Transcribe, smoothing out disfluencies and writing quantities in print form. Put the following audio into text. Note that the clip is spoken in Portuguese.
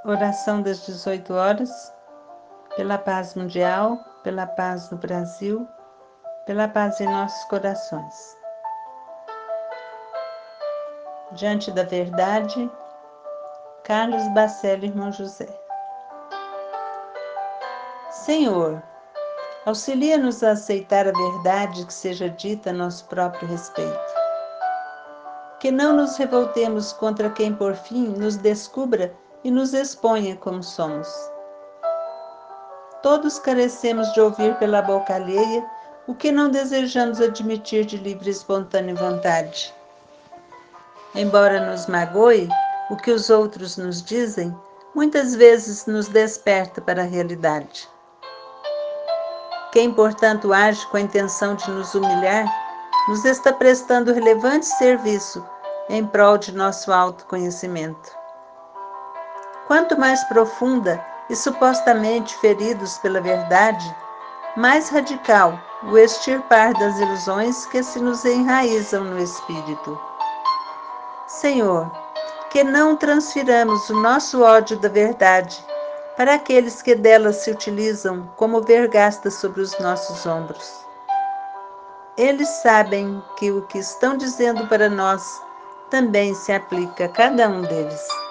Oração das 18 horas, pela paz mundial, pela paz no Brasil, pela paz em nossos corações. Diante da verdade, Carlos Bacelli, irmão José. Senhor, auxilia-nos a aceitar a verdade que seja dita a nosso próprio respeito. Que não nos revoltemos contra quem por fim nos descubra e nos exponha como somos. Todos carecemos de ouvir pela boca alheia o que não desejamos admitir de livre e espontânea vontade. Embora nos magoe, o que os outros nos dizem, muitas vezes nos desperta para a realidade. Quem, portanto, age com a intenção de nos humilhar, nos está prestando relevante serviço em prol de nosso autoconhecimento. Quanto mais profunda e supostamente feridos pela verdade, mais radical o extirpar das ilusões que se nos enraizam no espírito. Senhor, que não transfiramos o nosso ódio da verdade para aqueles que dela se utilizam como vergastas sobre os nossos ombros. Eles sabem que o que estão dizendo para nós também se aplica a cada um deles.